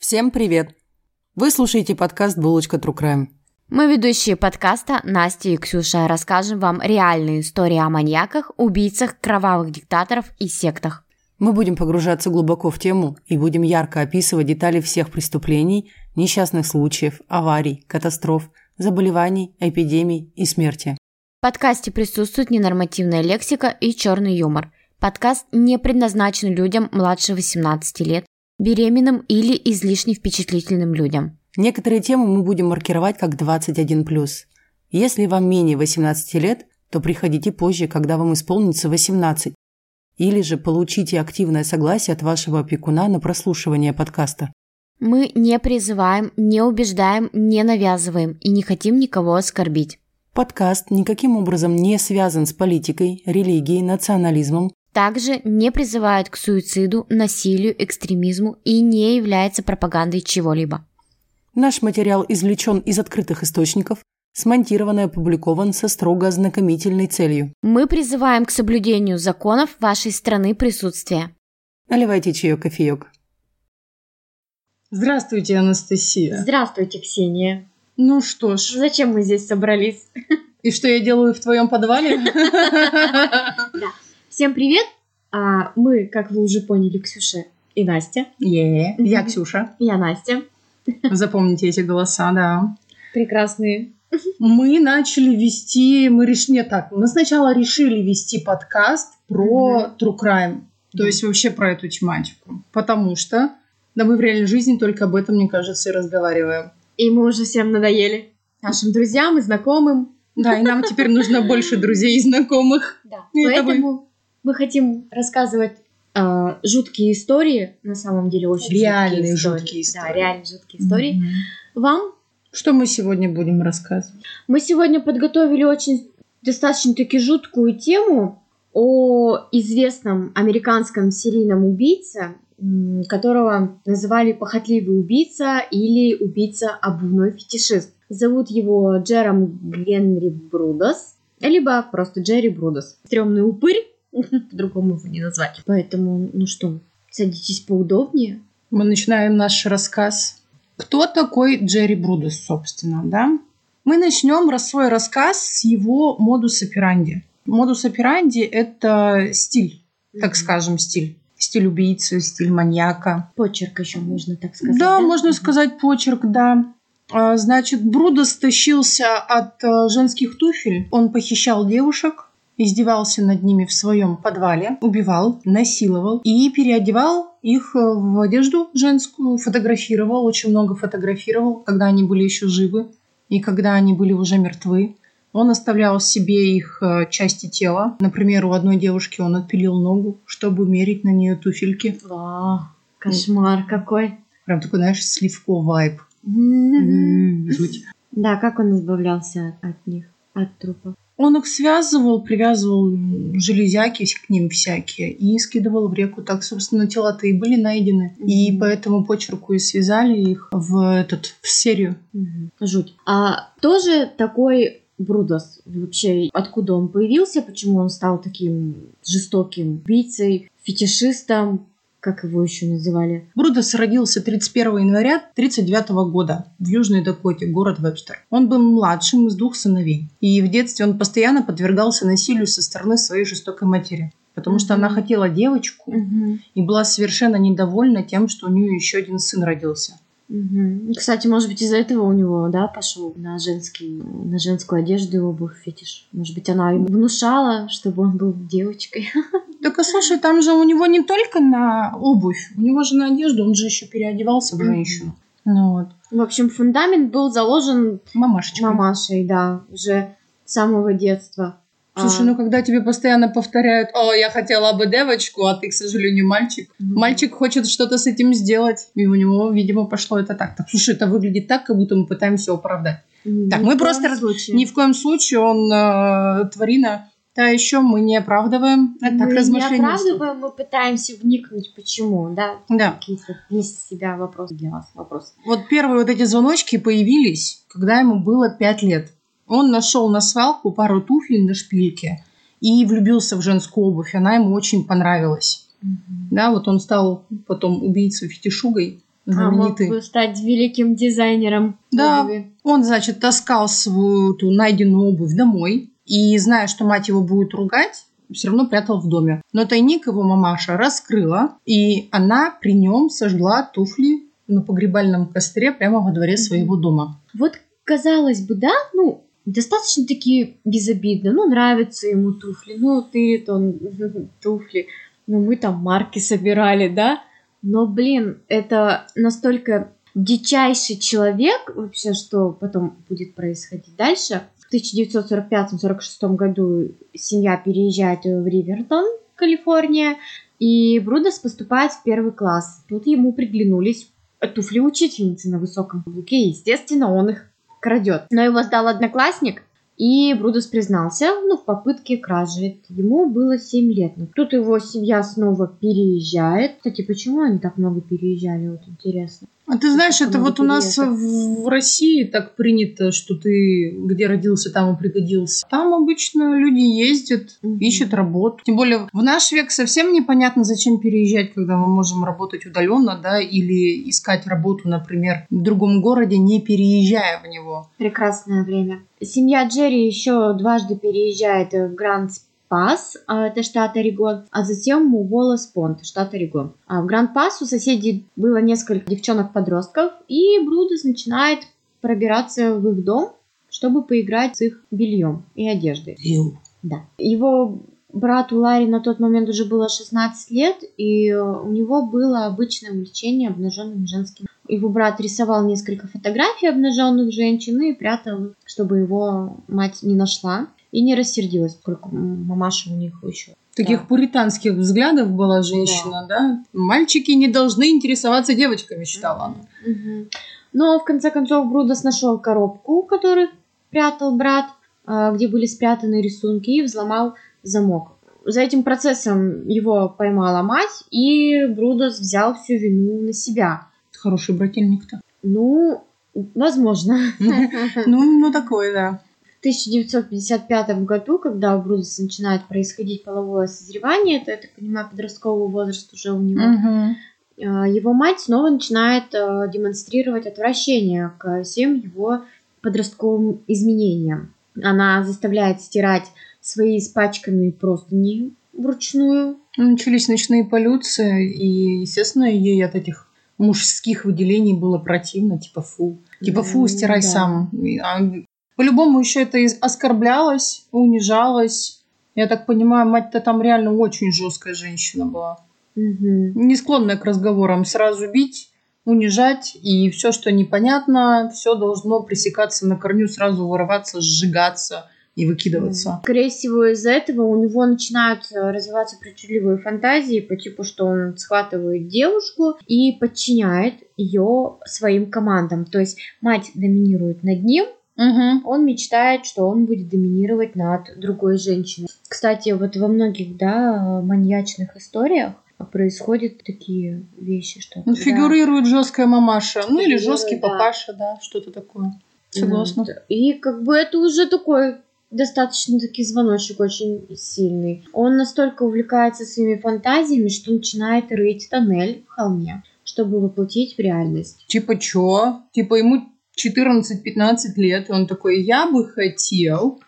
Всем привет! Вы слушаете подкаст «Булочка True Crime». Мы ведущие подкаста Настя и Ксюша. Расскажем вам реальные истории о маньяках, убийцах, кровавых диктаторов и сектах. Мы будем погружаться глубоко в тему и будем ярко описывать детали всех преступлений, несчастных случаев, аварий, катастроф, заболеваний, эпидемий и смерти. В подкасте присутствует ненормативная лексика и черный юмор. Подкаст не предназначен людям младше 18 лет, беременным или излишне впечатлительным людям. Некоторые темы мы будем маркировать как 21+. Если вам менее 18 лет, то приходите позже, когда вам исполнится 18. Или же получите активное согласие от вашего опекуна на прослушивание подкаста. Мы не призываем, не убеждаем, не навязываем и не хотим никого оскорбить. Подкаст никаким образом не связан с политикой, религией, национализмом. Также не призывает к суициду, насилию, экстремизму и не является пропагандой чего-либо. Наш материал извлечен из открытых источников, смонтирован и опубликован со строго ознакомительной целью. Мы призываем к соблюдению законов вашей страны присутствия. Наливайте чаек-кофеек. Здравствуйте, Анастасия. Здравствуйте, Ксения. Ну что ж. Зачем мы здесь собрались? И что я делаю в твоем подвале? Да. Всем привет! Мы, как вы уже поняли, Ксюша и Настя. Я Ксюша. Я Настя. Запомните эти голоса, да. Прекрасные. Мы начали вести... Мы сначала решили вести подкаст про True Crime. То есть вообще про эту тематику. Потому что мы в реальной жизни только об этом, мне кажется, и разговариваем. И мы уже всем надоели. Нашим друзьям и знакомым. Да, и нам теперь нужно больше друзей и знакомых. Да, поэтому мы хотим рассказывать жуткие истории, на самом деле очень реальные жуткие истории. Да, реальные жуткие истории. Вам. Что мы сегодня будем рассказывать? Мы сегодня подготовили достаточно-таки жуткую тему о известном американском серийном убийце, которого называли похотливый убийца или убийца-обувной фетишист. Зовут его Джером Генри Брудос, либо просто Джерри Брудос. Стрёмный упырь, по-другому его не назвать. Поэтому, садитесь поудобнее. Мы начинаем наш рассказ. Кто такой Джерри Брудос, собственно, да? Мы начнем свой рассказ с его модус операнди. Модус операнди – это стиль, так скажем, стиль. Стиль убийцы, стиль маньяка. Почерк еще можно так сказать. Да, можно сказать почерк, да. Значит, Брудос тащился от женских туфель. Он похищал девушек, издевался над ними в своем подвале, убивал, насиловал и переодевал их в одежду женскую, фотографировал, очень много фотографировал, когда они были еще живы и когда они были уже мертвы. Он оставлял себе их части тела. Например, у одной девушки он отпилил ногу, чтобы мерить на нее туфельки. Кошмар какой. Прям такой, знаешь, сливко вайб. Жуть. Да, как он избавлялся от них, от трупов? Он их связывал, привязывал железяки к ним всякие и скидывал в реку. Так, собственно, тела-то и были найдены. И по этому почерку и связали их в серию. Жуть. А тоже такой Брудос? Вообще, откуда он появился? Почему он стал таким жестоким убийцей, фетишистом? Как его еще называли? Брудос родился 31 января 1939 года в Южной Дакоте, город Вебстер. Он был младшим из 2 сыновей. И в детстве он постоянно подвергался насилию со стороны своей жестокой матери. Потому что она хотела девочку и была совершенно недовольна тем, что у нее еще один сын родился. Кстати, может быть, из-за этого у него, пошел на женскую одежду и обувь фетиш. Может быть, она ему внушала, чтобы он был девочкой. Так, слушай, там же у него не только на обувь, у него же на одежду, он же еще переодевался в женщину. В общем, фундамент был заложен мамашей, да, уже с самого детства. Слушай, когда тебе постоянно повторяют: «О, я хотела бы девочку, а ты, к сожалению, мальчик». Мальчик хочет что-то с этим сделать, и у него, видимо, пошло это так. Так, слушай, это выглядит так, как будто мы пытаемся оправдать. Так, мы просто... Ни в коем случае он тварина. Да, еще мы не оправдываем. Это так, размышления. Мы не оправдываем, мы пытаемся вникнуть, почему, да? Да. Какие-то есть у себя вопросы для вас. Вот первые эти звоночки появились, когда ему было 5 лет. Он нашел на свалку пару туфель на шпильке и влюбился в женскую обувь. Она ему очень понравилась. Да, вот он стал потом убийцей-фетишугой. знаменитый. Мог бы стать великим дизайнером Да, обуви. он, значит, таскал свою ту найденную обувь домой и, зная, что мать его будет ругать, все равно прятал в доме. Но тайник его мамаша раскрыла, и она при нем сожгла туфли на погребальном костре прямо во дворе своего дома. Вот, казалось бы, да, достаточно таки безобидно. Нравятся ему туфли, тырит он туфли. Мы там марки собирали, да? Но, блин, это настолько дичайший человек вообще, что потом будет происходить дальше. В 1945-46 году семья переезжает в Ривердон, Калифорния, и Брудос поступает в 1 класс. Тут ему приглянулись туфли учительницы на высоком каблуке, и, естественно, он их крадет. Но его сдал одноклассник, и Брудос признался в попытке кражи. Ему было 7 лет. Тут его семья снова переезжает. Кстати, почему они так много переезжали? Вот интересно. А ты знаешь, это вот у нас в России так принято, что ты где родился, там и пригодился. Там обычно люди ездят, ищут работу. Тем более в наш век совсем непонятно, зачем переезжать, когда мы можем работать удаленно, да, или искать работу, например, в другом городе, не переезжая в него. Прекрасное время. Семья Джерри еще дважды переезжает в Гранд-Пас, это штат Орегон, а затем в Уоллес-Понт, штат Орегон. А в Гранд-Пас у соседей было несколько девчонок-подростков, и Брудос начинает пробираться в их дом, чтобы поиграть с их бельем и одеждой. Да. Его брату Ларри на тот момент уже было 16 лет, и у него было обычное увлечение обнаженным женским. Его брат рисовал несколько фотографий обнаженных женщин и прятал их, чтобы его мать не нашла и не рассердилась, поскольку мамаша у них еще. Таких пуританских взглядов была женщина, да? Мальчики не должны интересоваться девочками, считала она. Но в конце концов Брудос нашел коробку, которую прятал брат, где были спрятаны рисунки, и взломал замок. За этим процессом его поймала мать, и Брудос взял всю вину на себя. Хороший брательник-то. Возможно. Такой, да. В 1955 году, когда у Брудоса начинает происходить половое созревание, это, я так понимаю, подростковый возраст уже у него, его мать снова начинает демонстрировать отвращение к всем его подростковым изменениям. Она заставляет стирать свои испачканные простыни вручную. Начались ночные полюции, и, естественно, ей от этих мужских выделений было противно, типа фу, стирай сам. По-любому еще это оскорблялось, унижалось. Я так понимаю, мать-то там реально очень жесткая женщина была. Не склонная к разговорам. Сразу бить, унижать, и все, что непонятно, все должно пресекаться на корню, сразу вырываться, сжигаться и выкидываться. Скорее всего, из-за этого у него начинают развиваться причудливые фантазии по типу, что он схватывает девушку и подчиняет ее своим командам. То есть мать доминирует над ним, он мечтает, что он будет доминировать над другой женщиной. Кстати, вот во многих, маньячных историях происходят такие вещи, что... Фигурирует жесткая мамаша, или жесткий папаша, что-то такое. Согласна. И это уже такой достаточно-таки звоночек очень сильный. Он настолько увлекается своими фантазиями, что начинает рыть тоннель в холме, чтобы воплотить в реальность. Типа чё? Типа ему 14-15 лет, и он такой, я бы хотел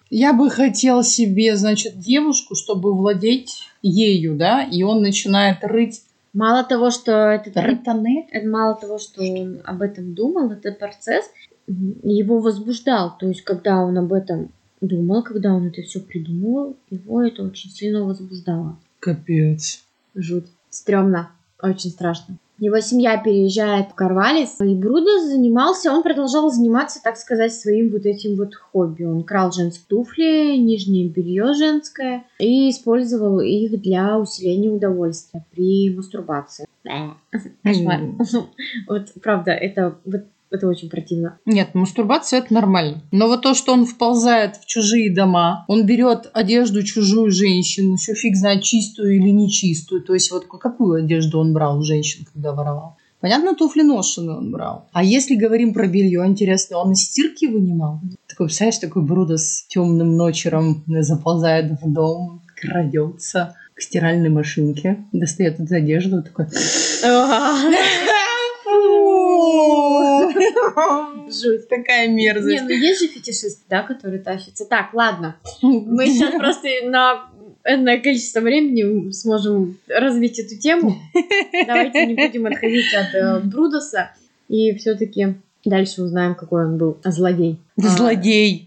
себе, значит, девушку, чтобы владеть ею, да, и он начинает рыть. Мало того, что тоннель, мало того, что он об этом думал, этот процесс его возбуждал. То есть, когда он об этом думал, когда он это все придумывал, его это очень сильно возбуждало. Капец. Жуть. Стрёмно. Очень страшно. Его семья переезжает в Корвалис, и Брудос продолжал заниматься, так сказать, своим этим хобби. Он крал женские туфли, нижнее белье женское и использовал их для усиления удовольствия при мастурбации. Кошмар. Правда, это очень противно. Нет, мастурбация это нормально. Но вот то, что он вползает в чужие дома, он берет одежду чужую женщину, еще фиг знает, чистую или нечистую. То есть какую одежду он брал у женщин, когда воровал? Понятно, туфли ношеные он брал. А если говорим про белье, интересно, он из стирки вынимал? Такой, представляешь, такой Брудос темным ночером заползает в дом, крадется к стиральной машинке, достает эту одежду, такой... Жуть. Такая мерзость. Не, ну есть же фетишисты, да, которые тащатся. Так, ладно. Мы сейчас просто на энное количество времени сможем развить эту тему. Давайте не будем отходить от Брудоса. И все-таки дальше узнаем, какой он был злодей. Злодей.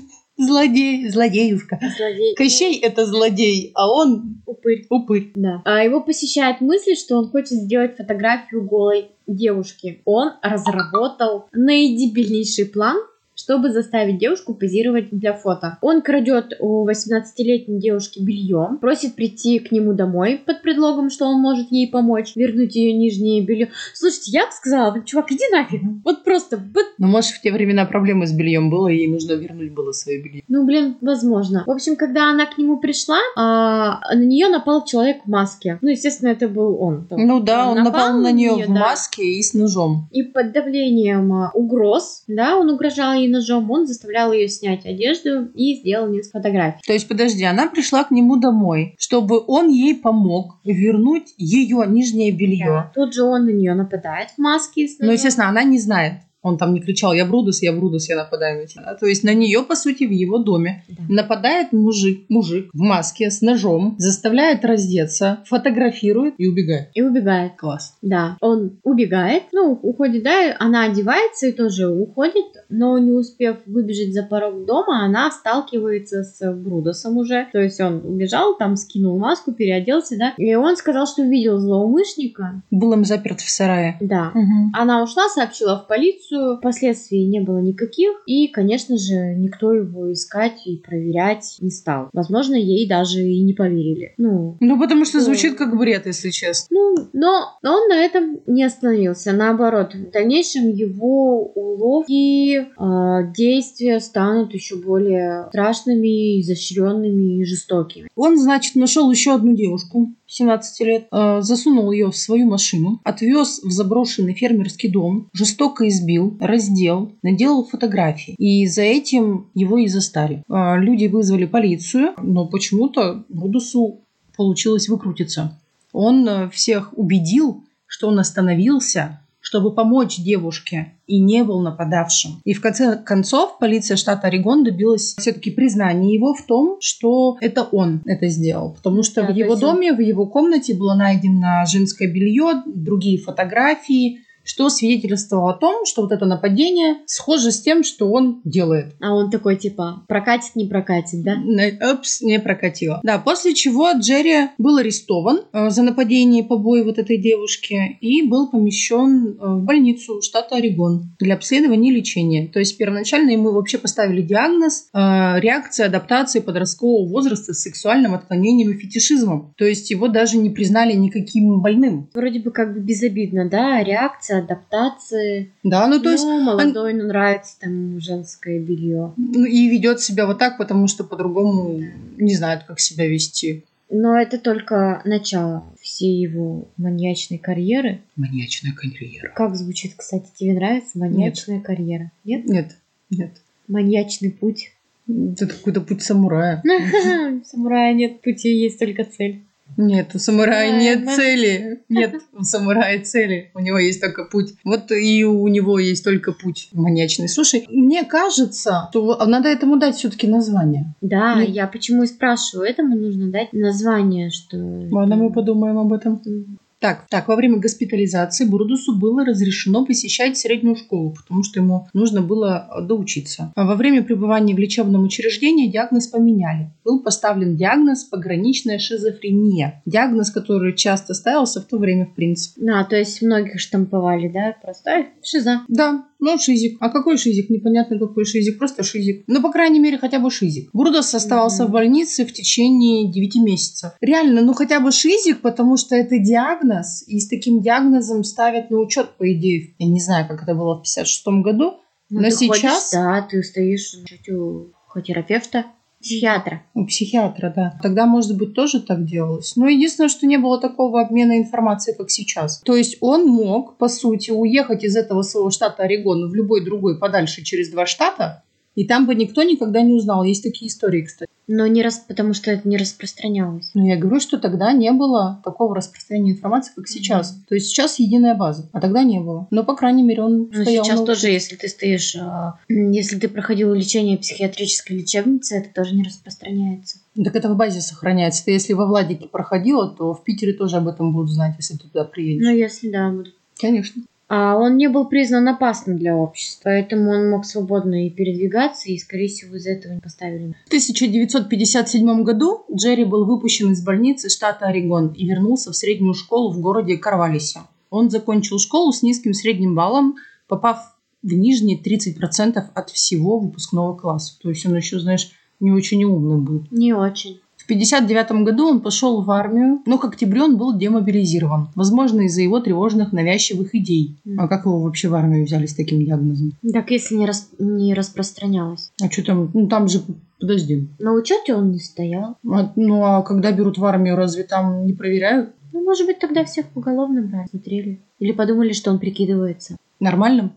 Злодеюшка. Злодей. Кощей — это злодей, а он Упырь. упырь. Да. Его посещает мысль, что он хочет сделать фотографию голой девушки. Он разработал наидебильнейший план, чтобы заставить девушку позировать для фото. Он крадет у 18-летней девушки белье, просит прийти к нему домой под предлогом, что он может ей помочь вернуть ее нижнее белье. Слушайте, я бы сказала, чувак, иди нафиг. Вот просто... Ну, может, в те времена проблемы с бельем было, и ей нужно вернуть было свое белье. Ну, блин, возможно. В общем, когда она к нему пришла, на нее напал человек в маске. Ну, естественно, это был он. Ну да, он напал на нее в да. маске и с ножом. И под давлением угроз, да, он угрожал ей ножом, он заставлял ее снять одежду и сделал несколько фотографий. То есть, подожди, она пришла к нему домой, чтобы он ей помог вернуть ее нижнее белье. Да. Тут же он на нее нападает в маске. Ну, естественно, она не знает. Он там не кричал: я Брудос, я нападаю на тебя. То есть на нее, по сути, в его доме нападает мужик в маске с ножом, заставляет раздеться, фотографирует и убегает. Класс. Да, он убегает, уходит, да, она одевается и тоже уходит, но не успев выбежать за порог дома, она сталкивается с Брудосом уже. То есть он убежал, там скинул маску, переоделся, да, и он сказал, что увидел злоумышленника. Был им заперт в сарае. Да. Угу. Она ушла, сообщила в полицию, последствий не было никаких, и, конечно же, никто его искать и проверять не стал. Возможно, ей даже и не поверили. Потому что звучит как бред, если честно. Но он на этом не остановился. Наоборот, в дальнейшем его уловки и действия станут еще более страшными, изощренными и жестокими. Он, значит, нашел еще одну девушку, 17 лет, засунул ее в свою машину, отвез в заброшенный фермерский дом, жестоко избил, раздел, наделал фотографии. И за этим его и застали. Люди вызвали полицию, но почему-то Брудосу получилось выкрутиться. Он всех убедил, что он остановился, чтобы помочь девушке, и не был нападавшим. И в конце концов полиция штата Орегон добилась все-таки признания его в том, что это он это сделал. Потому что в его доме, в его комнате было найдено женское белье, другие фотографии, что свидетельствовало о том, что вот это нападение схоже с тем, что он делает. А он такой, типа, прокатит, не прокатит, да? Опс, не прокатило. Да, после чего Джерри был арестован за нападение и побои вот этой девушки и был помещен в больницу штата Орегон для обследования и лечения. То есть первоначально ему вообще поставили диагноз реакция адаптации подросткового возраста с сексуальным отклонением и фетишизмом. То есть его даже не признали никаким больным. Вроде бы как бы безобидно, да? Реакция, адаптации. Да, то есть... молодой, нравится там женское белье. И ведет себя вот так, потому что по-другому не знает, как себя вести. Но это только начало всей его маньячной карьеры. Маньячная карьера. Как звучит, кстати, тебе нравится? Маньячная карьера. Нет? Нет. Маньячный путь. Это какой-то путь самурая. Самурая нет пути, есть только цель. Нет, у самурая нет цели. Нет, у самурая цели. У него есть только путь. Вот и у него есть только путь маньячный. Слушай, мне кажется, что надо этому дать все-таки название. Да, я почему и спрашиваю. Этому нужно дать название, что... Ладно, мы подумаем об этом. Так, во время госпитализации Брудосу было разрешено посещать среднюю школу, потому что ему нужно было доучиться. А во время пребывания в лечебном учреждении диагноз поменяли. Был поставлен диагноз пограничная шизофрения. Диагноз, который часто ставился в то время, в принципе. То есть многих штамповали, да? Просто шиза. Да. Шизик. А какой шизик? Непонятно, какой шизик. Просто шизик. По крайней мере, хотя бы шизик. Брудос оставался в больнице в течение 9 месяцев. Реально, хотя бы шизик, потому что это диагноз. И с таким диагнозом ставят на учет, по идее. Я не знаю, как это было в 56-м году. Но сейчас... ты стоишь у терапевта. Психиатра. У психиатра, да. Тогда, может быть, тоже так делалось. Но единственное, что не было такого обмена информацией, как сейчас. То есть он мог, по сути, уехать из этого своего штата Орегон в любой другой подальше через 2 штата И там бы никто никогда не узнал. Есть такие истории, кстати. Но потому что это не распространялось. Но я говорю, что тогда не было такого распространения информации, как сейчас. То есть сейчас единая база, а тогда не было. Но, по крайней мере, он Но стоял сейчас на тоже, если ты стоишь, если ты проходил лечение в психиатрической лечебнице, это тоже не распространяется. Так это в базе сохраняется. Ты если во Владике проходила, то в Питере тоже об этом будут знать, если ты туда приедешь. Ну, если да, будут. Конечно. А он не был признан опасным для общества, поэтому он мог свободно и передвигаться, и, скорее всего, из-за этого не поставили. В 1957 году Джерри был выпущен из больницы штата Орегон и вернулся в среднюю школу в городе Корвалисе. Он закончил школу с низким средним баллом, попав в нижние 30% от всего выпускного класса. То есть он еще, знаешь, не очень умный был. Не очень. В 1959 году он пошел в армию, но к октябрю он был демобилизирован. Возможно, из-за его тревожных, навязчивых идей. А как его вообще в армию взяли с таким диагнозом? Так если не распространялось. А что там? Ну там же, подожди. На учете он не стоял. А когда берут в армию, разве там не проверяют? Ну, может быть, тогда всех поголовно брали, смотрели. Или подумали, что он прикидывается. Нормальным?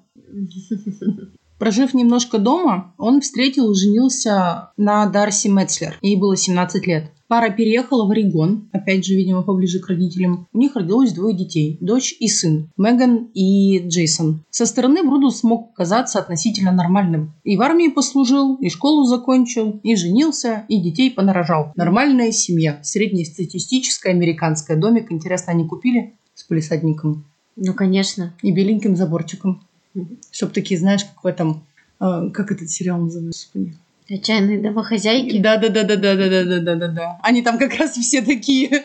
Прожив немножко дома, он встретил и женился на Дарси Метцлер. Ей было 17 лет. Пара переехала в Орегон, опять же, видимо, поближе к родителям. У них родилось 2 детей, дочь и сын, Меган и Джейсон. Со стороны Брудус мог казаться относительно нормальным. И в армии послужил, и школу закончил, и женился, и детей понарожал. Нормальная семья, среднестатистическая, американская. Домик, интересно, они купили с палисадником? Ну, конечно. И беленьким заборчиком. Чтоб такие, знаешь, как в этом... как этот сериал называется? Отчаянные домохозяйки. Да. Они там как раз все такие.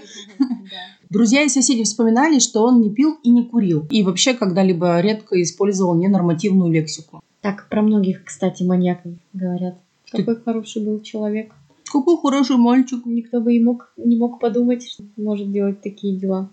Друзья и соседи вспоминали, что он не пил и не курил. И вообще когда-либо редко использовал ненормативную лексику. Так про многих, кстати, маньяков говорят. Какой хороший был человек. Какой хороший мальчик. Никто бы не мог подумать, что может делать такие дела.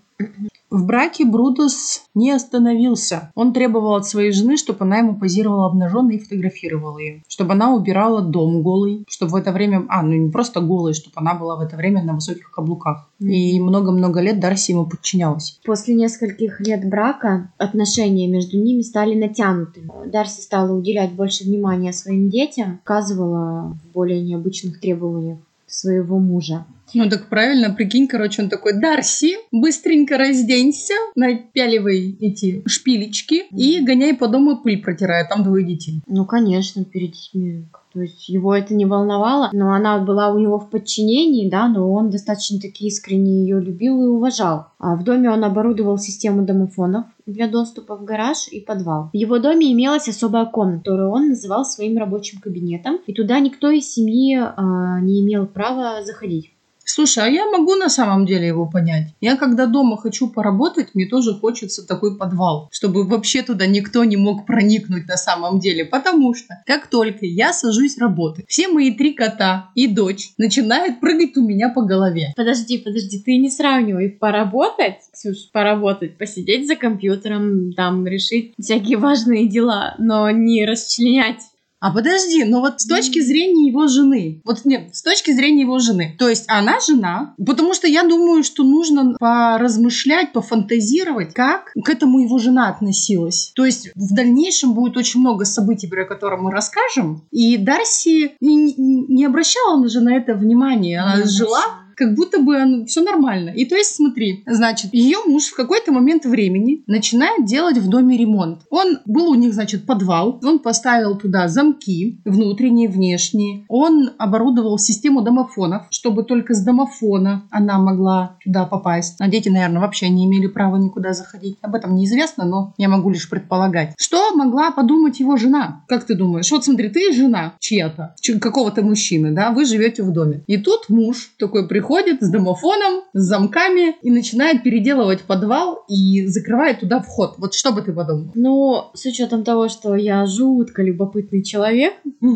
В браке Брудус не остановился. Он требовал от своей жены, чтобы она ему позировала обнаженной и фотографировала ее. Чтобы она убирала дом голой. Чтобы в это время... не просто голой, чтобы она была в это время на высоких каблуках. И много-много лет Дарси ему подчинялась. После нескольких лет брака отношения между ними стали натянутыми. Дарси стала уделять больше внимания своим детям, указывала в более необычных требованиях своего мужа. Ну так правильно, прикинь, он такой: Дарси, быстренько разденься, напяливай эти шпилечки и гоняй по дому, пыль протирая, там 2 детей. Ну, конечно, перед детьми. То есть его это не волновало, но она была у него в подчинении, да, но он достаточно-таки искренне ее любил и уважал. А в доме он оборудовал систему домофонов для доступа в гараж и подвал. В его доме имелась особая комната, которую он называл своим рабочим кабинетом, и туда никто из семьи не имел права заходить. Слушай, а я могу на самом деле его понять. Я когда дома хочу поработать, мне тоже хочется такой подвал, чтобы вообще туда никто не мог проникнуть на самом деле. Потому что как только я сажусь работать, все мои 3 кота и дочь начинают прыгать у меня по голове. Подожди, ты не сравнивай поработать, Ксюш, посидеть за компьютером, там решить всякие важные дела, но не расчленять. А подожди, но вот с точки зрения его жены. С точки зрения его жены. То есть она жена, потому что я думаю, что нужно поразмышлять, пофантазировать, как к этому его жена относилась. То есть в дальнейшем будет очень много событий, про которые мы расскажем. И Дарси не обращала же на это внимания. Она жила... как будто бы все нормально. И то есть, смотри, значит, ее муж в какой-то момент времени начинает делать в доме ремонт. Был у них, значит, подвал. Он поставил туда замки, внутренние, внешние. Он оборудовал систему домофонов, чтобы только с домофона она могла туда попасть. А дети, наверное, вообще не имели права никуда заходить. Об этом неизвестно, но я могу лишь предполагать. Что могла подумать его жена? Как ты думаешь? Вот смотри, ты жена чья-то, какого-то мужчины, да? Вы живете в доме. И тут муж такой приходит с домофоном, с замками и начинает переделывать подвал и закрывает туда вход. Вот что бы ты подумал? Ну, с учетом того, что я жутко любопытный человек,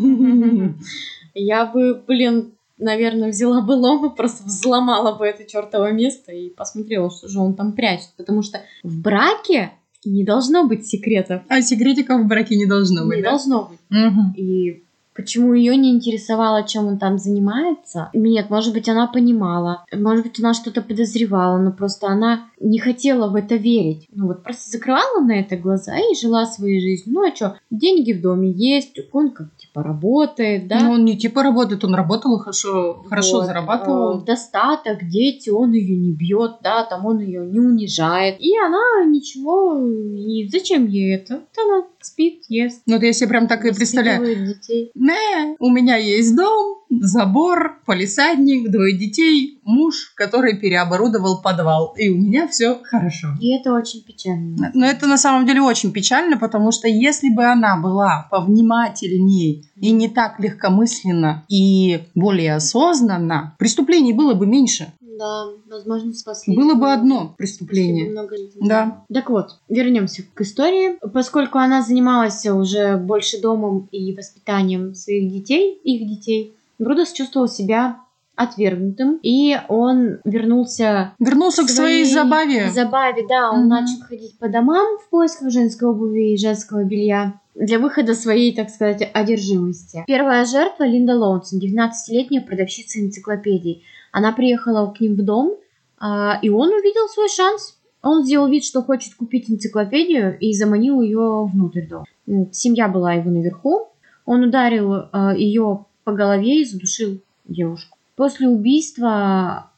я бы, наверное, взяла бы лом и просто взломала бы это чертово место и посмотрела, что же он там прячет. Потому что в браке не должно быть секретов. А секретиков в браке не должно быть, Не да? должно быть. Угу. И почему ее не интересовало, чем он там занимается. Нет, может быть, она понимала, может быть, она что-то подозревала, но просто она не хотела в это верить. Ну вот просто закрывала на это глаза и жила своей жизнью. Ну а что, деньги в доме есть, он как типа работает, да? Ну он не типа работает, он работал и хорошо зарабатывал. Достаток, дети, он ее не бьет, да, там он ее не унижает. И она ничего, и зачем ей это? Она спит, ест. Ну, я себе прям так и представляю. Детей. У меня есть дом, забор, палисадник, 2 детей, муж, который переоборудовал подвал. И у меня все хорошо. И это очень печально. Но это на самом деле очень печально, потому что если бы она была повнимательней и не так легкомысленно и более осознанно, преступлений было бы меньше. Да, возможно, спасли. Было бы одно преступление. Много жизней. Да. Так вот, вернемся к истории. Поскольку она занималась уже больше домом и воспитанием своих детей, их детей, Брудос чувствовал себя отвергнутым, и он вернулся к своей забаве. Да, он начал ходить по домам в поисках женской обуви и женского белья для выхода своей, так сказать, одержимости. Первая жертва Линда Лоунсон, 19-летняя продавщица энциклопедий. Она приехала к ним в дом, и он увидел свой шанс. Он сделал вид, что хочет купить энциклопедию, и заманил ее внутрь дома. Семья была его наверху. Он ударил ее по голове и задушил девушку. После убийства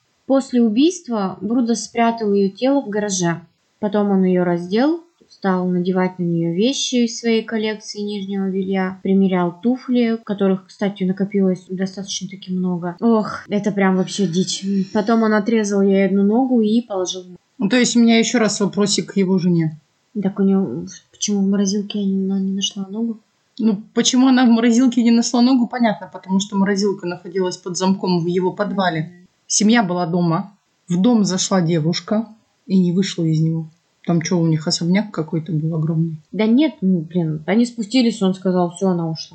Брудос спрятал ее тело в гараже. Потом он ее раздел, стал надевать на нее вещи из своей коллекции нижнего белья, примерял туфли, которых, кстати, накопилось достаточно-таки много. Ох, это прям вообще дичь. Потом он отрезал ей одну ногу и положил. То есть у меня еще раз вопросик к его жене. Так у нее почему в морозилке она не нашла ногу? Почему она в морозилке не нашла ногу, понятно, потому что морозилка находилась под замком в его подвале. Семья была дома. В дом зашла девушка и не вышла из него. Там что, у них особняк какой-то был огромный? Да нет, они спустились, он сказал, все, она ушла.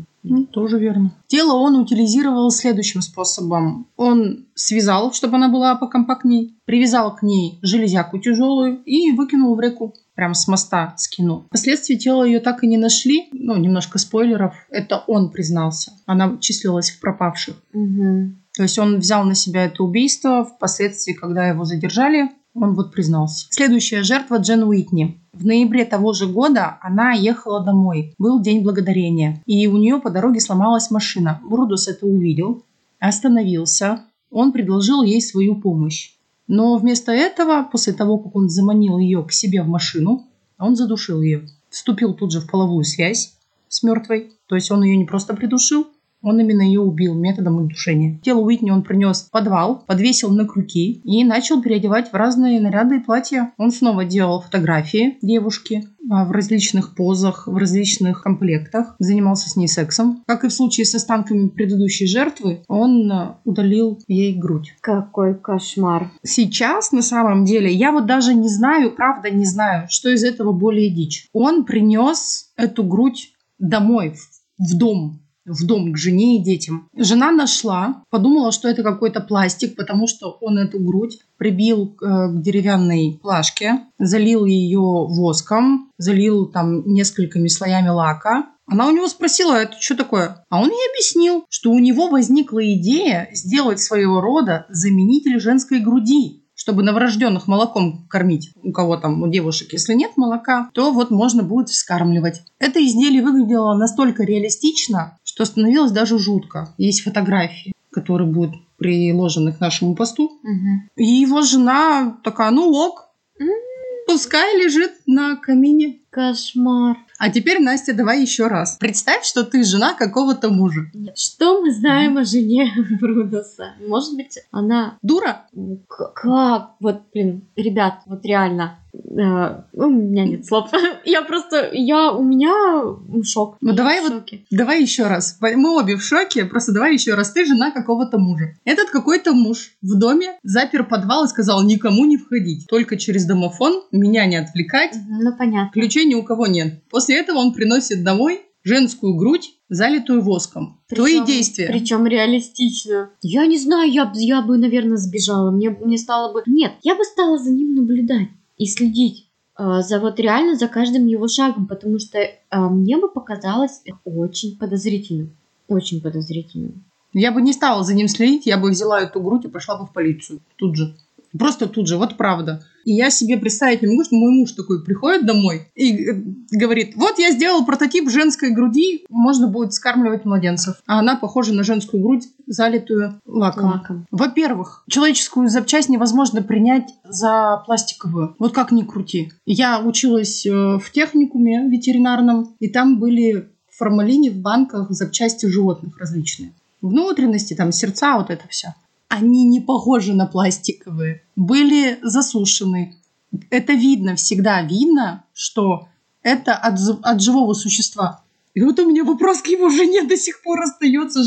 Тоже верно. Тело он утилизировал следующим способом. Он связал, чтобы она была покомпактней, привязал к ней железяку тяжелую и выкинул в реку. Прям с моста скинул. Впоследствии тело ее так и не нашли. Немножко спойлеров. Это он признался. Она числилась в пропавших. Угу. То есть он взял на себя это убийство. Впоследствии, когда его задержали, он признался. Следующая жертва Джен Уитни. В ноябре того же года она ехала домой. Был День Благодарения. И у нее по дороге сломалась машина. Брудос это увидел, остановился. Он предложил ей свою помощь. Но вместо этого, после того, как он заманил ее к себе в машину, он задушил ее. Вступил тут же в половую связь с мертвой. То есть он ее не просто придушил, он именно ее убил методом удушения. Тело Уитни он принес в подвал, подвесил на крюки и начал переодевать в разные наряды и платья. Он снова делал фотографии девушки в различных позах, в различных комплектах. Занимался с ней сексом. Как и в случае с останками предыдущей жертвы, он удалил ей грудь. Какой кошмар. Сейчас, на самом деле, я даже не знаю, правда не знаю, что из этого более дичь. Он принес эту грудь домой, в дом к жене и детям. Жена нашла, подумала, что это какой-то пластик, потому что он эту грудь прибил к деревянной плашке, залил ее воском, залил там несколькими слоями лака. Она у него спросила, это что такое? А он ей объяснил, что у него возникла идея сделать своего рода заменитель женской груди, чтобы новорожденных молоком кормить. У кого там, у девушек, если нет молока, то можно будет вскармливать. Это изделие выглядело настолько реалистично, что становилось даже жутко. Есть фотографии, которые будут приложены к нашему посту. Угу. И его жена такая, ок, пускай лежит на камине. Кошмар. А теперь, Настя, давай еще раз. Представь, что ты жена какого-то мужа. Что мы знаем о жене Брудоса? Может быть, она... Дура? Как? Ребят, реально. У меня нет слов. У меня шок. Давай еще раз. Мы обе в шоке. Просто давай еще раз. Ты жена какого-то мужа. Этот какой-то муж в доме запер подвал и сказал никому не входить. Только через домофон, меня не отвлекать. Понятно. Ключей ни у кого нет. После этого он приносит домой женскую грудь, залитую воском. Твои действия. Причем реалистично. Я не знаю, я бы, наверное, сбежала. Мне стало бы... Нет, я бы стала за ним наблюдать и следить реально за каждым его шагом, потому что мне бы показалось очень подозрительным. Очень подозрительно. Я бы не стала за ним следить, я бы взяла эту грудь и пошла бы в полицию. Тут же. Просто тут же, вот правда. И я себе представить не могу, что мой муж такой приходит домой и говорит, вот я сделал прототип женской груди, можно будет скармливать младенцев. А она похожа на женскую грудь, залитую лаком. Во-первых, человеческую запчасть невозможно принять за пластиковую. Вот как ни крути. Я училась в техникуме ветеринарном, и там были в формалине в банках запчасти животных различные. Внутренности, там сердца, вот это все. Они не похожи на пластиковые. Были засушены. Это видно, всегда видно, что это от живого существа. И вот у меня вопрос к его жене до сих пор остается.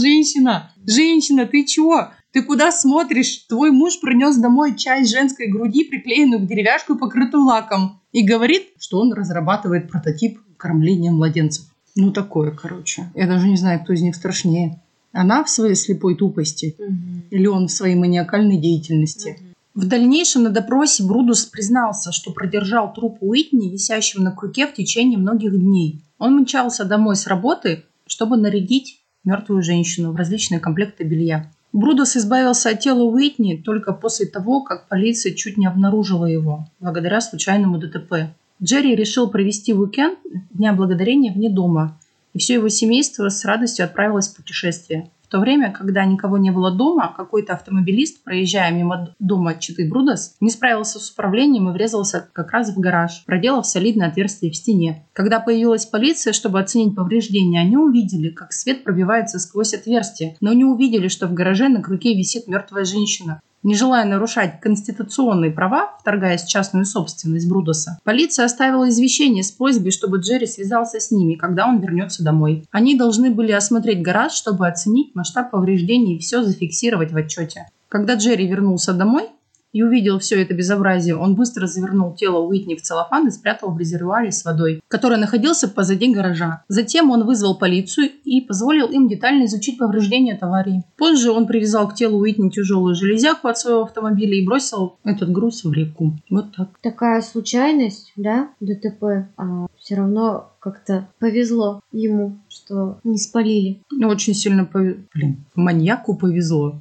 Женщина, ты чего? Ты куда смотришь? Твой муж принес домой часть женской груди, приклеенную к деревяшку и покрытую лаком. И говорит, что он разрабатывает прототип кормления младенцев. Ну, такое, короче. Я даже не знаю, кто из них страшнее. Она в своей слепой тупости или он в своей маниакальной деятельности. В дальнейшем на допросе Брудус признался, что продержал труп Уитни, висящим на крюке, в течение многих дней. Он мчался домой с работы, чтобы нарядить мертвую женщину в различные комплекты белья. Брудус избавился от тела Уитни только после того, как полиция чуть не обнаружила его, благодаря случайному ДТП. Джерри решил провести уикенд Дня Благодарения вне дома, и все его семейство с радостью отправилось в путешествие. В то время, когда никого не было дома, какой-то автомобилист, проезжая мимо дома четы Брудос, не справился с управлением и врезался как раз в гараж, проделав солидное отверстие в стене. Когда появилась полиция, чтобы оценить повреждения, они увидели, как свет пробивается сквозь отверстие, но не увидели, что в гараже на крюке висит мертвая женщина. Не желая нарушать конституционные права, вторгаясь в частную собственность Брудоса, полиция оставила извещение с просьбой, чтобы Джерри связался с ними, когда он вернется домой. Они должны были осмотреть гараж, чтобы оценить масштаб повреждений и все зафиксировать в отчете. Когда Джерри вернулся домой и увидел все это безобразие, он быстро завернул тело Уитни в целлофан и спрятал в резервуаре с водой, который находился позади гаража. Затем он вызвал полицию и позволил им детально изучить повреждения от аварии. Позже он привязал к телу Уитни тяжелую железяку от своего автомобиля и бросил этот груз в реку. Вот так. Такая случайность, да, ДТП, все равно как-то повезло ему, что не спалили. Очень сильно повезло. Маньяку повезло.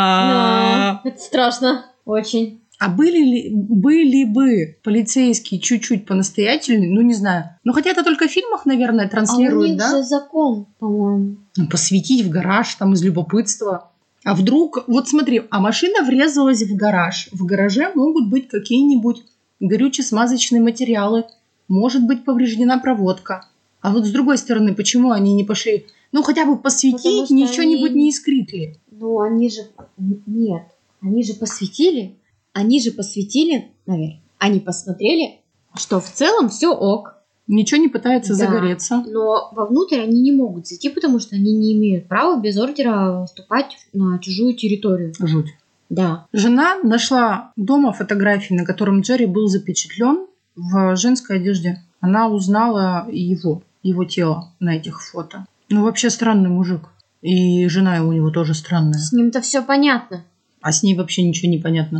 Да, это страшно. Очень. А были бы полицейские чуть-чуть понастоятельнее, ну не знаю. Ну хотя это только в фильмах, наверное, транслируют, у них да? же закон, по-моему. Ну, посветить в гараж там из любопытства. А вдруг, вот смотри, а машина врезалась в гараж. В гараже могут быть какие-нибудь горюче-смазочные материалы. Может быть повреждена проводка. А вот с другой стороны, почему они не пошли, ну хотя бы посветить, ничего-нибудь не искрит ли? Ну они же... Нет. Они же посветили, наверное. Они посмотрели, что в целом все ок. Ничего не пытается загореться. Но вовнутрь они не могут зайти, потому что они не имеют права без ордера вступать на чужую территорию. Жуть. Да. Жена нашла дома фотографии, на котором Джерри был запечатлен в женской одежде. Она узнала его тело на этих фото. Ну, вообще странный мужик. И жена у него тоже странная. С ним-то все понятно. А с ней вообще ничего не понятно.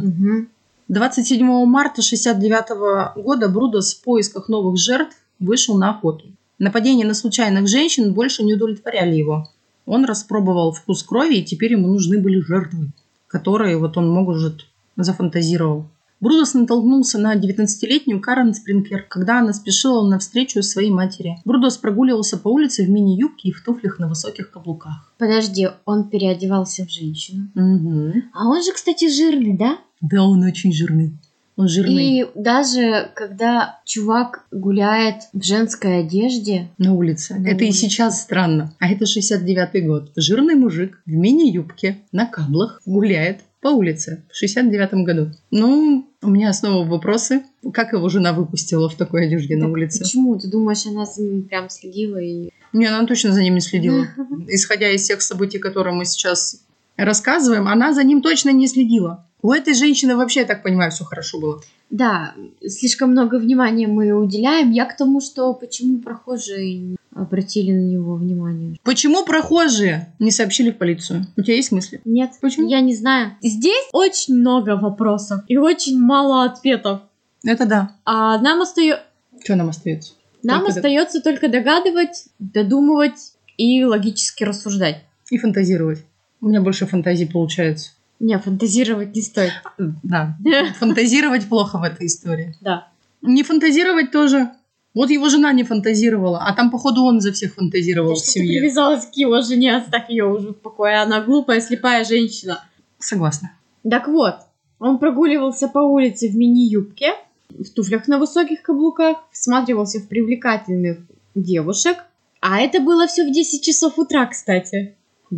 27 марта 1969 года Брудос в поисках новых жертв вышел на охоту. Нападения на случайных женщин больше не удовлетворяли его. Он распробовал вкус крови, и теперь ему нужны были жертвы, которые вот он, может, зафантазировал. Брудос натолкнулся на 19-летнюю Карен Спринклер, когда она спешила навстречу своей матери. Брудос прогуливался по улице в мини-юбке и в туфлях на высоких каблуках. Подожди, он переодевался в женщину. Угу. А он же, кстати, жирный, да? Да, он очень жирный. Он жирный. И даже когда чувак гуляет в женской одежде... На улице. Это и сейчас странно. А это 69-й год. Жирный мужик в мини-юбке на каблах гуляет по улице в 69-м году. Ну, у меня снова вопросы. Как его жена выпустила в такой одежде на улице? Почему? Ты думаешь, она за ним прям следила? Не, она точно за ним не следила. Исходя из тех событий, которые мы сейчас рассказываем, она за ним точно не следила. У этой женщины вообще, я так понимаю, все хорошо было. Да, слишком много внимания мы уделяем. Я к тому, что почему прохожие обратили на него внимание. Почему прохожие не сообщили в полицию? У тебя есть мысли? Нет. Почему? Я не знаю. Здесь очень много вопросов и очень мало ответов. Это да. А нам остается... Что нам остается? Нам остается только догадывать, додумывать и логически рассуждать. И фантазировать. У меня больше фантазий получается. Не, фантазировать не стоит. Да. Фантазировать плохо в этой истории. Да. Не фантазировать тоже. Вот его жена не фантазировала, а там, походу, он за всех фантазировал в Что ты семье. привязалась к его жене, оставь ее уже в покое. Она глупая, слепая женщина. Согласна. Так вот, он прогуливался по улице в мини-юбке, в туфлях на высоких каблуках, всматривался в привлекательных девушек. А это было все в 10 часов утра, кстати.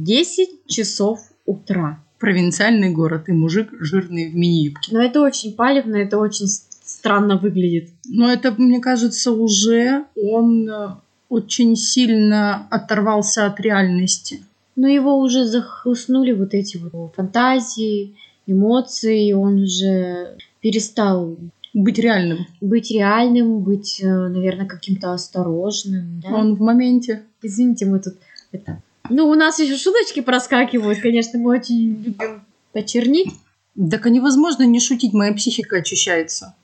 10 часов утра. Провинциальный город и мужик жирный в мини-юбке. Но это очень палевно, это очень странно выглядит. Но это, мне кажется, уже он очень сильно оторвался от реальности. Но его уже захлестнули вот эти вот фантазии, эмоции, он уже перестал Быть реальным. быть реальным, быть, наверное, каким-то осторожным. Да? Он в моменте. Извините, мы тут это... Ну, у нас еще шуточки проскакивают, конечно, мы очень любим почернить. Так невозможно не шутить, моя психика очищается.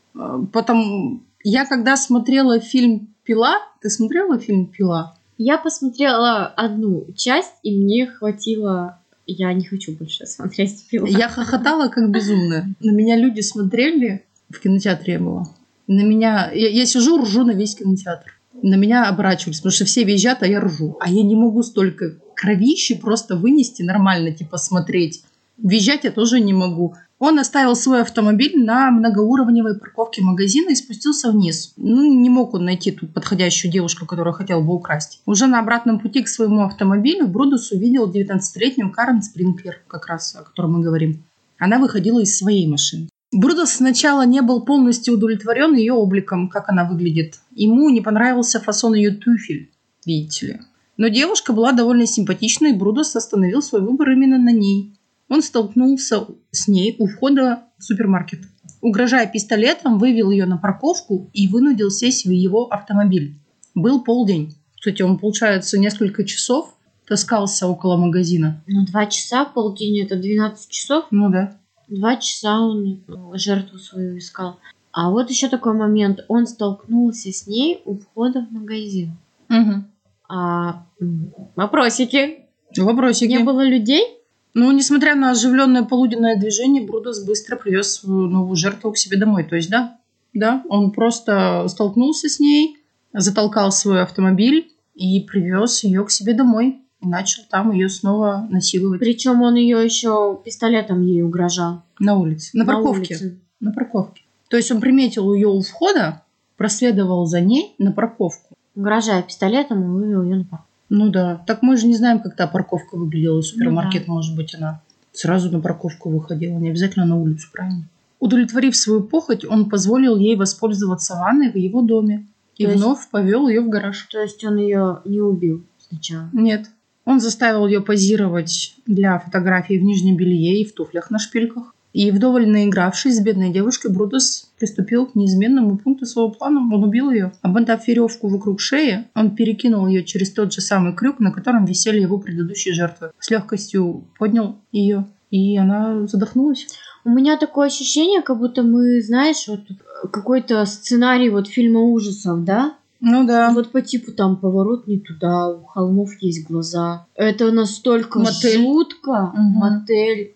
Потом, я когда смотрела фильм «Пила», ты смотрела фильм «Пила»? Я посмотрела одну часть, и мне хватило... Я не хочу больше смотреть «Пила». Я хохотала как безумная. На меня люди смотрели, в кинотеатре я была. На меня... Я сижу, ржу на весь кинотеатр. На меня оборачивались, потому что все визжат, а я ржу. А я не могу столько кровищи просто вынести нормально, типа смотреть. Визжать я тоже не могу. Он оставил свой автомобиль на многоуровневой парковке магазина и спустился вниз. Ну, не мог он найти ту подходящую девушку, которую хотел бы украсть. Уже на обратном пути к своему автомобилю Брудус увидел 19-летнюю Карен Спринклер, как раз о которой мы говорим. Она выходила из своей машины. Брудус сначала не был полностью удовлетворен ее обликом, как она выглядит. Ему не понравился фасон ее туфель, видите ли. Но девушка была довольно симпатичной, и Брудус остановил свой выбор именно на ней. Он столкнулся с ней у входа в супермаркет. Угрожая пистолетом, вывел ее на парковку и вынудил сесть в его автомобиль. Был полдень. Кстати, он, получается, несколько часов таскался около магазина. Ну, 2 часа, полдень, это 12 часов. Ну да. 2 часа он жертву свою искал. А вот еще такой момент. Он столкнулся с ней у входа в магазин. Угу. Вопросики. Вопросики. Не было людей? Ну, несмотря на оживленное полуденное движение, Брудус быстро привез свою новую жертву к себе домой. То есть, да, он просто столкнулся с ней, затолкал свой автомобиль и привез ее к себе домой. И начал там ее снова насиловать. Причем он ее еще пистолетом ей угрожал. На улице. На парковке. улице. На парковке. То есть он приметил ее у входа, проследовал за ней на парковку. Угрожая пистолетом, и вывел ее на парковку. Ну да. Так мы же не знаем, как та парковка выглядела. Супермаркет, да. Может быть, она сразу на парковку выходила. Не обязательно на улицу, правильно? Удовлетворив свою похоть, он позволил ей воспользоваться ванной в его доме. И вновь повел ее в гараж. То есть он ее не убил сначала? Нет. Он заставил ее позировать для фотографий в нижнем белье и в туфлях на шпильках. И вдоволь наигравшись с бедной девушкой, Брудус приступил к неизменному пункту своего плана. Он убил ее. Обмотав веревку вокруг шеи, он перекинул ее через тот же самый крюк, на котором висели его предыдущие жертвы. С легкостью поднял ее, и она задохнулась. У меня такое ощущение, как будто мы, знаешь, вот какой-то сценарий вот фильма ужасов, да? Ну да. Вот по типу там поворот не туда, у холмов есть глаза. Это настолько Мотель. Жутко. Угу. Мотель.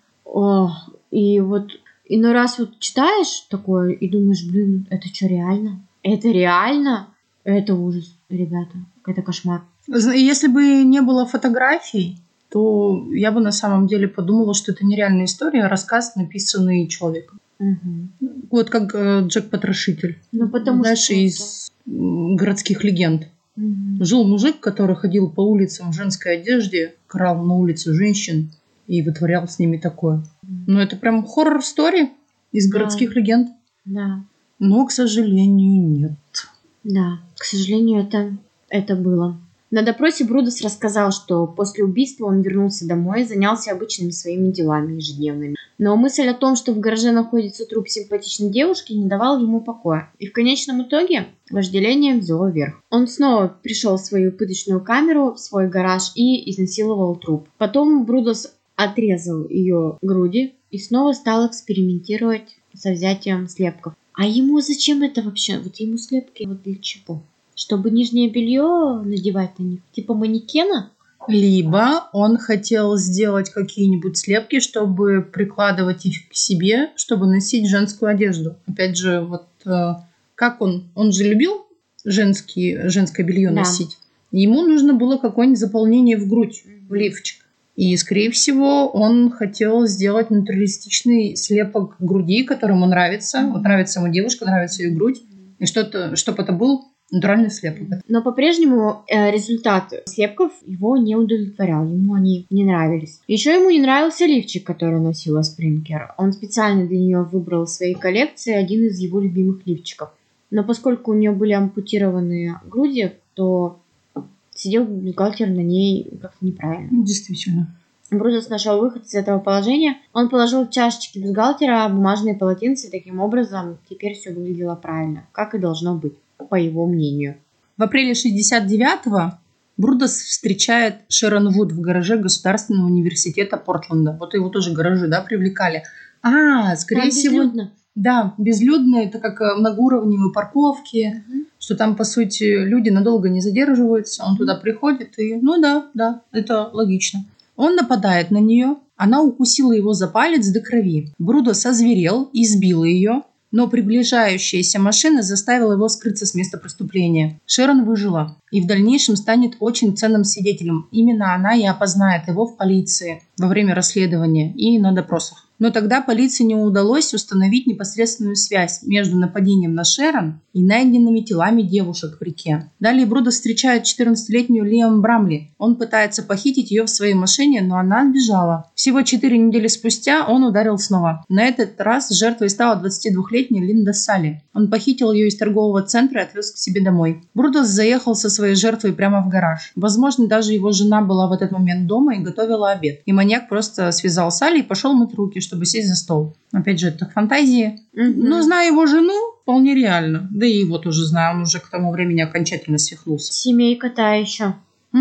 И вот иной раз вот читаешь такое и думаешь, блин, это что, реально? Это реально? Это ужас, ребята. Это кошмар. Если бы не было фотографий, то я бы на самом деле подумала, что это нереальная история, а рассказ, написанный человеком. Угу. Вот как Джек-потрошитель. Ну, потому Знаешь, что... из городских легенд. Угу. Жил мужик, который ходил по улицам в женской одежде, крал на улице женщин и вытворял с ними такое. Ну, это прям хоррор-стори из городских легенд. Да. Но, к сожалению, нет. Да, к сожалению, это было. На допросе Брудус рассказал, что после убийства он вернулся домой и занялся обычными своими делами ежедневными. Но мысль о том, что в гараже находится труп симпатичной девушки, не давала ему покоя. И в конечном итоге вожделение взяло верх. Он снова пришел в свою пыточную камеру, в свой гараж и изнасиловал труп. Потом Брудус отрезал ее груди и снова стал экспериментировать со взятием слепков. А ему зачем это вообще? Вот ему слепки вот для чего? Чтобы нижнее белье надевать на них? Типа манекена? Либо он хотел сделать какие-нибудь слепки, чтобы прикладывать их к себе, чтобы носить женскую одежду. Опять же, вот как он же любил женское белье Да. носить. Ему нужно было какое-нибудь заполнение в грудь, в лифчик. И, скорее всего, он хотел сделать натуралистичный слепок груди, который ему нравится. Вот нравится ему девушка, нравится ее грудь. И чтобы это был натуральный слепок. Но по-прежнему результат слепков его не удовлетворял, ему они не нравились. Еще ему не нравился лифчик, который носила Спринкер. Он специально для нее выбрал в своей коллекции один из его любимых лифчиков. Но поскольку у нее были ампутированные груди, то сидел бюстгальтер на ней как-то неправильно. Действительно. Брудос нашел выход из этого положения. Он положил в чашечки бюстгальтера бумажные полотенца, и таким образом теперь все выглядело правильно, как и должно быть, по его мнению. В апреле 69-го Брудос встречает Шерон Вуд в гараже Государственного университета Портленда. Вот его тоже гаражи, да, привлекали. Скорее всего... Безлюдно. Да, безлюдно, это как многоуровневые парковки, что там, по сути, люди надолго не задерживаются, он туда приходит и, да, это логично. Он нападает на нее, она укусила его за палец до крови. Брудос озверел, избил ее, но приближающаяся машина заставила его скрыться с места преступления. Шерон выжила и в дальнейшем станет очень ценным свидетелем. Именно она и опознает его в полиции во время расследования и на допросах. Но тогда полиции не удалось установить непосредственную связь между нападением на Шерон и найденными телами девушек в реке. Далее Брудос встречает 14-летнюю Лиам Брамли. Он пытается похитить ее в своей машине, но она сбежала. Всего 4 недели спустя он ударил снова. На этот раз жертвой стала 22-летняя Линда Салли. Он похитил ее из торгового центра и отвез к себе домой. Брудос заехал со своей жертвой прямо в гараж. Возможно, даже его жена была в этот момент дома и готовила обед. И маньяк просто связал Салли и пошел мыть руки, чтобы сесть за стол. Опять же, это фантазии. Но, зная его жену, вполне реально. Да и его тоже знаю, он уже к тому времени окончательно свихнулся. Семейка та еще.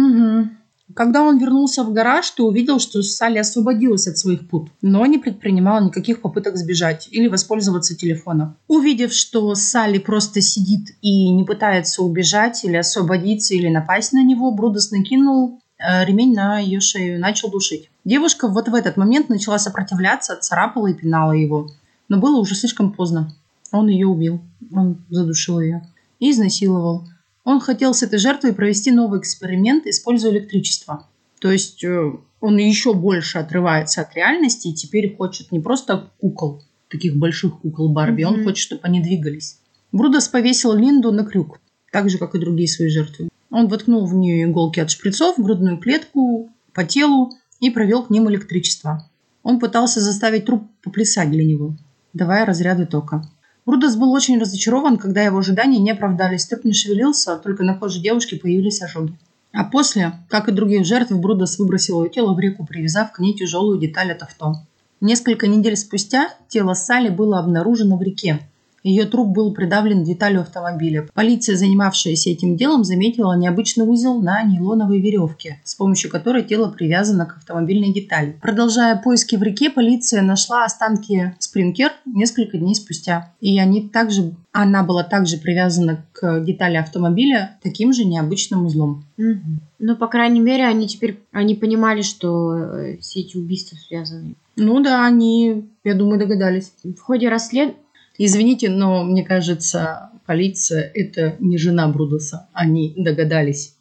Когда он вернулся в гараж, то увидел, что Салли освободилась от своих пут, но не предпринимала никаких попыток сбежать или воспользоваться телефоном. Увидев, что Салли просто сидит и не пытается убежать или освободиться или напасть на него, Брудос накинул ремень на ее шею и начал душить. Девушка вот в этот момент начала сопротивляться, царапала и пинала его. Но было уже слишком поздно. Он ее убил. Он задушил ее и изнасиловал. Он хотел с этой жертвой провести новый эксперимент, используя электричество. То есть он еще больше отрывается от реальности и теперь хочет не просто кукол, таких больших кукол Барби, он хочет, чтобы они двигались. Брудос повесил Линду на крюк, так же, как и другие свои жертвы. Он воткнул в нее иголки от шприцов, в грудную клетку, по телу и провел к ним электричество. Он пытался заставить труп поплясать для него, давая разряды тока. Брудос был очень разочарован, когда его ожидания не оправдались. Труп не шевелился, только на коже девушки появились ожоги. А после, как и других жертв, Брудос выбросил ее тело в реку, привязав к ней тяжелую деталь от авто. Несколько недель спустя тело Салли было обнаружено в реке. Ее труп был придавлен деталью автомобиля. Полиция, занимавшаяся этим делом, заметила необычный узел на нейлоновой веревке, с помощью которой тело привязано к автомобильной детали. Продолжая поиски в реке, полиция нашла останки Спринкер несколько дней спустя. И она была также привязана к детали автомобиля таким же необычным узлом. Ну, по крайней мере, они понимали, что все эти убийства связаны. Ну да, они, я думаю, догадались. В ходе расследования... Извините, но мне кажется, полиция – это не жена Брудоса. Они догадались.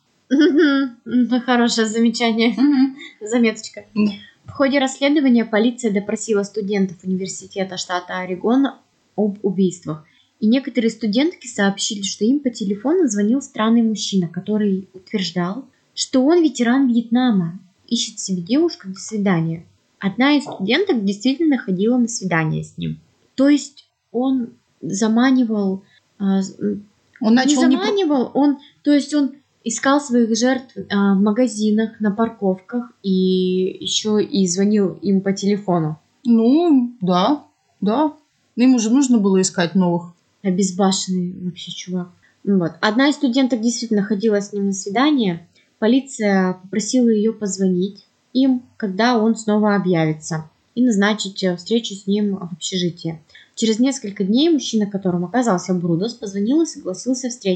Хорошее замечание. Заметочка. В ходе расследования полиция допросила студентов университета штата Орегон об убийствах. И некоторые студентки сообщили, что им по телефону звонил странный мужчина, который утверждал, что он ветеран Вьетнама, ищет себе девушку для свидания. Одна из студенток действительно ходила на свидание с ним. То есть он заманивал... Он искал своих жертв в магазинах, на парковках и еще и звонил им по телефону. Ну, да. Ему же нужно было искать новых. Обезбашенный вообще чувак. Вот. Одна из студенток действительно ходила с ним на свидание. Полиция попросила ее позвонить им, когда он снова объявится, и назначить встречу с ним в общежитии. Через несколько дней мужчина, которым оказался Брудос, позвонил и согласился встретиться с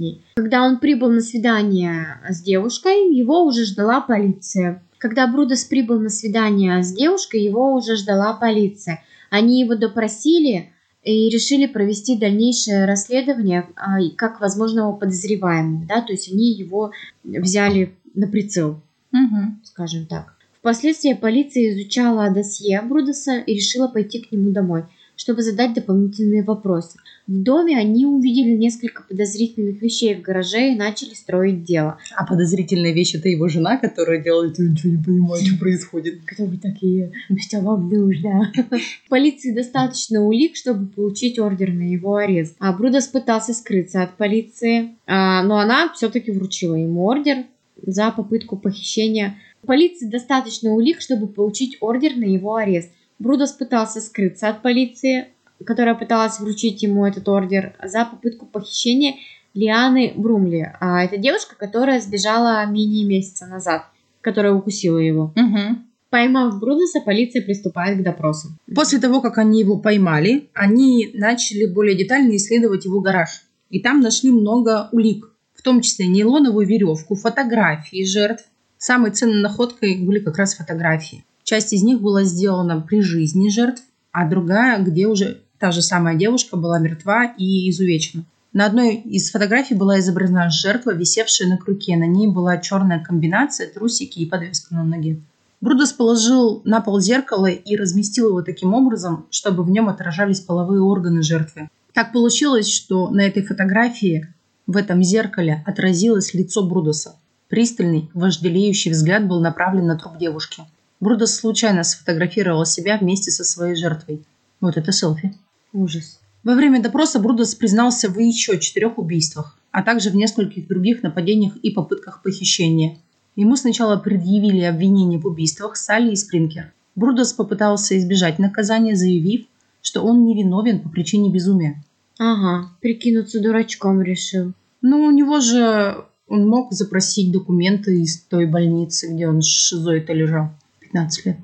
ней. Когда он прибыл на свидание с девушкой, его уже ждала полиция. Когда Брудос прибыл на свидание с девушкой, его уже ждала полиция. Они его допросили и решили провести дальнейшее расследование как возможного подозреваемого. Да? То есть они его взяли на прицел, скажем так. Впоследствии полиция изучала досье Брудоса и решила пойти к нему домой, чтобы задать дополнительные вопросы. В доме они увидели несколько подозрительных вещей в гараже и начали строить дело. А подозрительная вещь — это его жена, которая делает, ничего не понимаю, что происходит. Кто вы такие? Что вам нужно? Полиции достаточно улик, чтобы получить ордер на его арест. А Брудос пытался скрыться от полиции, но она все-таки вручила ему ордер за попытку похищения. Полиции достаточно улик, чтобы получить ордер на его арест. Брудос пытался скрыться от полиции, которая пыталась вручить ему этот ордер за попытку похищения Лианы Брумли. Это девушка, которая сбежала менее месяца назад, которая укусила его. Поймав Брудоса, полиция приступает к допросу. После того, как они его поймали, они начали более детально исследовать его гараж. И там нашли много улик, в том числе нейлоновую веревку, фотографии жертв. Самой ценной находкой были как раз фотографии. Часть из них была сделана при жизни жертв, а другая, где уже та же самая девушка была мертва и изувечена. На одной из фотографий была изображена жертва, висевшая на крюке. На ней была черная комбинация, трусики и подвеска на ноге. Брудос положил на пол зеркало и разместил его таким образом, чтобы в нем отражались половые органы жертвы. Так получилось, что на этой фотографии в этом зеркале отразилось лицо Брудоса. Пристальный, вожделеющий взгляд был направлен на труп девушки. Брудос случайно сфотографировал себя вместе со своей жертвой. Вот это селфи. Ужас. Во время допроса Брудос признался в еще 4 убийствах, а также в нескольких других нападениях и попытках похищения. Ему сначала предъявили обвинение в убийствах Салли и Спринкер. Брудос попытался избежать наказания, заявив, что он невиновен по причине безумия. Прикинуться дурачком решил. Но у него же он мог запросить документы из той больницы, где он с шизой-то лежал 15 лет.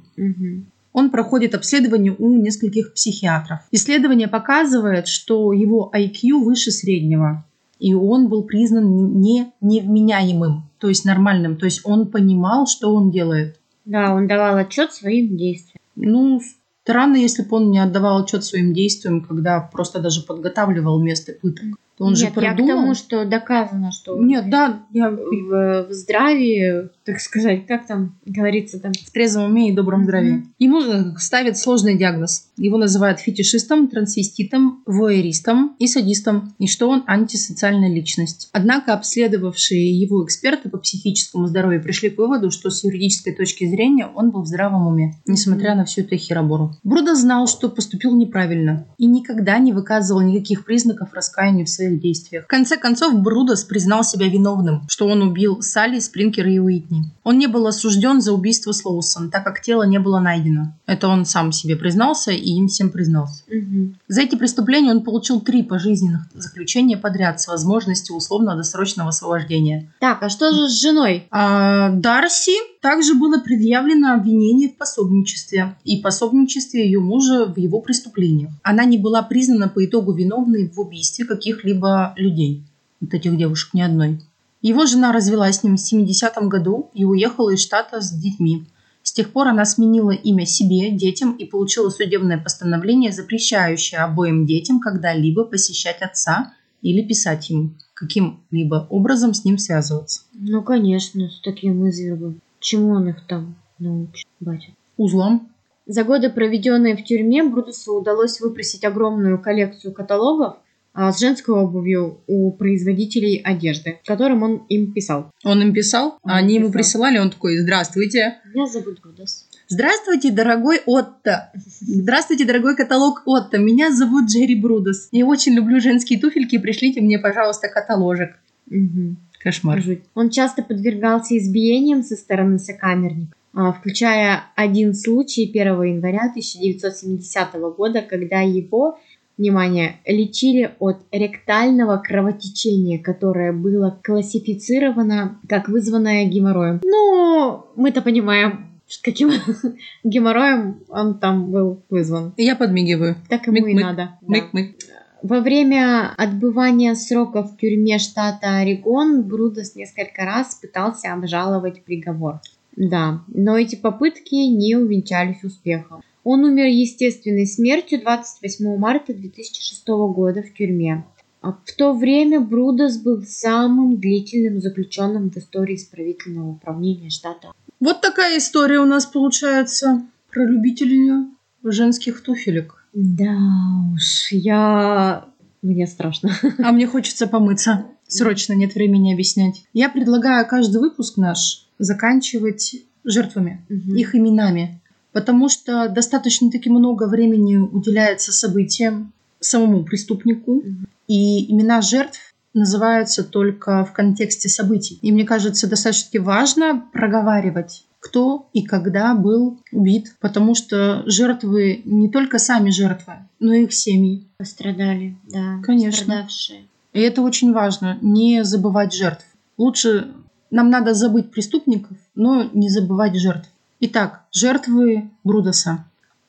Он проходит обследование у нескольких психиатров. Исследование показывает, что его IQ выше среднего, и он был признан невменяемым, то есть нормальным. То есть он понимал, что он делает. Да, он давал отчет своим действиям. Странно, если бы он не отдавал отчет своим действиям, когда просто даже подготавливал место пыток. Он же продумал. Я к тому, что доказано, что я в здравии, так сказать, как там говорится там? В трезвом уме и добром здравии. Ему ставят сложный диагноз. Его называют фетишистом, трансвеститом, вуэристом и садистом, и что он антисоциальная личность. Однако обследовавшие его эксперты по психическому здоровью пришли к выводу, что с юридической точки зрения он был в здравом уме, несмотря на всю эту херобору. Брудос знал, что поступил неправильно и никогда не выказывал никаких признаков раскаяния в своих действиях. В конце концов, Брудос признал себя виновным, что он убил Салли, Спринкер и Уитни. Он не был осужден за убийство Слоусон, так как тело не было найдено. Это он сам себе признался и им всем признался. За эти преступления он получил 3 пожизненных заключения подряд с возможностью условно-досрочного освобождения. Так, а что же с женой? Дарси также было предъявлено обвинение в пособничестве и пособничестве ее мужа в его преступлениях. Она не была признана по итогу виновной в убийстве каких-либо людей. Вот этих девушек ни одной. Его жена развелась с ним в 70-м году и уехала из штата с детьми. С тех пор она сменила имя себе, детям и получила судебное постановление, запрещающее обоим детям когда-либо посещать отца или писать ему, каким-либо образом с ним связываться. Конечно, с таким извергом. Чему он их там научит, батя? Узлом. За годы, проведенные в тюрьме, Брудосу удалось выпросить огромную коллекцию каталогов с женской обувью у производителей одежды, которым он им писал. Он им писал? А они ему присылали? Он такой: здравствуйте. Меня зовут Брудос. Здравствуйте, дорогой Отто. Здравствуйте, дорогой каталог Отто. Меня зовут Джерри Брудос. Я очень люблю женские туфельки. Пришлите мне, пожалуйста, каталожек. Кошмар. Он часто подвергался избиениям со стороны сокамерников, включая один случай 1 января 1970 года, когда его, внимание, лечили от ректального кровотечения, которое было классифицировано как вызванное геморроем. Мы-то понимаем, с каким геморроем он там был вызван. Я подмигиваю. Так ему и надо. Мык-мык. Во время отбывания срока в тюрьме штата Орегон Брудос несколько раз пытался обжаловать приговор. Да, но эти попытки не увенчались успехом. Он умер естественной смертью 28 марта 2006 года в тюрьме. В то время Брудос был самым длительным заключенным в истории исправительного управления штата. Вот такая история у нас получается про любителей женских туфелек. Да уж, мне страшно. А мне хочется помыться. Срочно, нет времени объяснять. Я предлагаю каждый выпуск наш заканчивать жертвами, их именами. Потому что достаточно-таки много времени уделяется событиям, самому преступнику. И имена жертв называются только в контексте событий. И мне кажется, достаточно важно проговаривать, кто и когда был убит. Потому что жертвы не только сами жертвы, но и их семьи. Пострадали, да. Конечно. Пострадавшие. И это очень важно, не забывать жертв. Лучше нам надо забыть преступников, но не забывать жертв. Итак, жертвы Брудоса.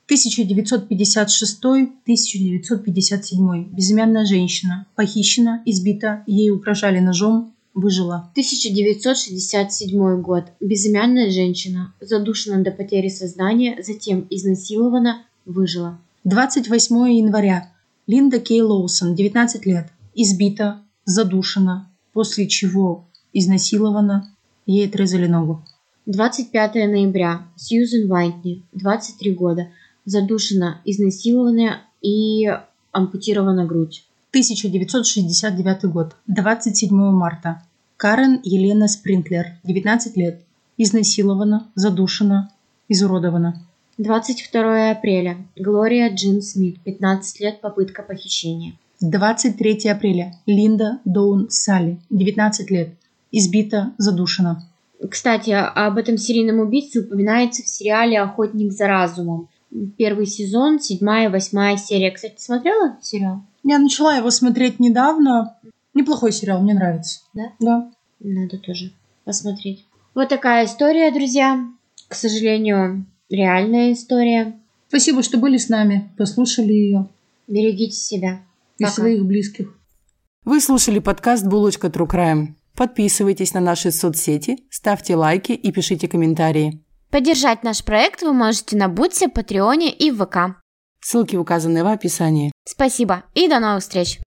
1956-1957. Безымянная женщина. Похищена, избита, ей угрожали ножом, выжила. 1967 год. Безымянная женщина. Задушена до потери сознания, затем изнасилована, выжила. 28 января. Линда Кей Лоусон, 19 лет. Избита, задушена, после чего изнасилована, ей отрезали ногу. 25 ноября. Сьюзен Уайтни, 23 года. Задушена, изнасилована и ампутирована грудь. 1969 год. 27 марта. Карен Елена Спринклер, 19 лет. Изнасилована, задушена, изуродована. 22 апреля. Глория Джин Смит, 15 лет, попытка похищения. 23 апреля. Линда Доун Салли, 19 лет. Избита, задушена. Кстати, об этом серийном убийце упоминается в сериале «Охотник за разумом». 1 сезон, 7 и 8 серия. Кстати, ты смотрела сериал? Я начала его смотреть недавно. Неплохой сериал, мне нравится. Да? Да. Надо тоже посмотреть. Вот такая история, друзья. К сожалению, реальная история. Спасибо, что были с нами, послушали ее. Берегите себя. И Пока. своих близких. Вы слушали подкаст «Булочка True Crime». Подписывайтесь на наши соцсети, ставьте лайки и пишите комментарии. Поддержать наш проект вы можете на Бутсе, Патреоне и в ВК. Ссылки указаны в описании. Спасибо и до новых встреч!